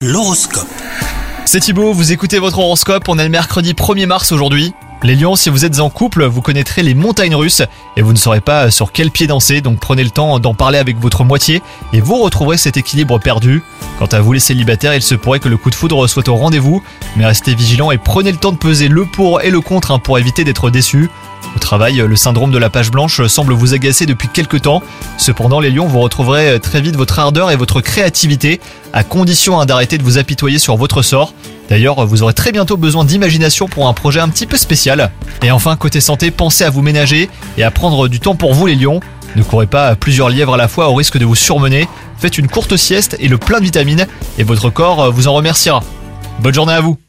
L'horoscope. C'est Thibaut, vous écoutez votre horoscope, on est le mercredi 1er mars aujourd'hui. Les lions, si vous êtes en couple, vous connaîtrez les montagnes russes et vous ne saurez pas sur quel pied danser, donc prenez le temps d'en parler avec votre moitié et vous retrouverez cet équilibre perdu. Quant à vous les célibataires, il se pourrait que le coup de foudre soit au rendez-vous, mais restez vigilants et prenez le temps de peser le pour et le contre pour éviter d'être déçus. Au travail, le syndrome de la page blanche semble vous agacer depuis quelques temps. Cependant, les lions, vous retrouverez très vite votre ardeur et votre créativité, à condition d'arrêter de vous apitoyer sur votre sort. D'ailleurs, vous aurez très bientôt besoin d'imagination pour un projet un petit peu spécial. Et enfin, côté santé, pensez à vous ménager et à prendre du temps pour vous les lions. Ne courez pas plusieurs lièvres à la fois au risque de vous surmener. Faites une courte sieste et le plein de vitamines et votre corps vous en remerciera. Bonne journée à vous!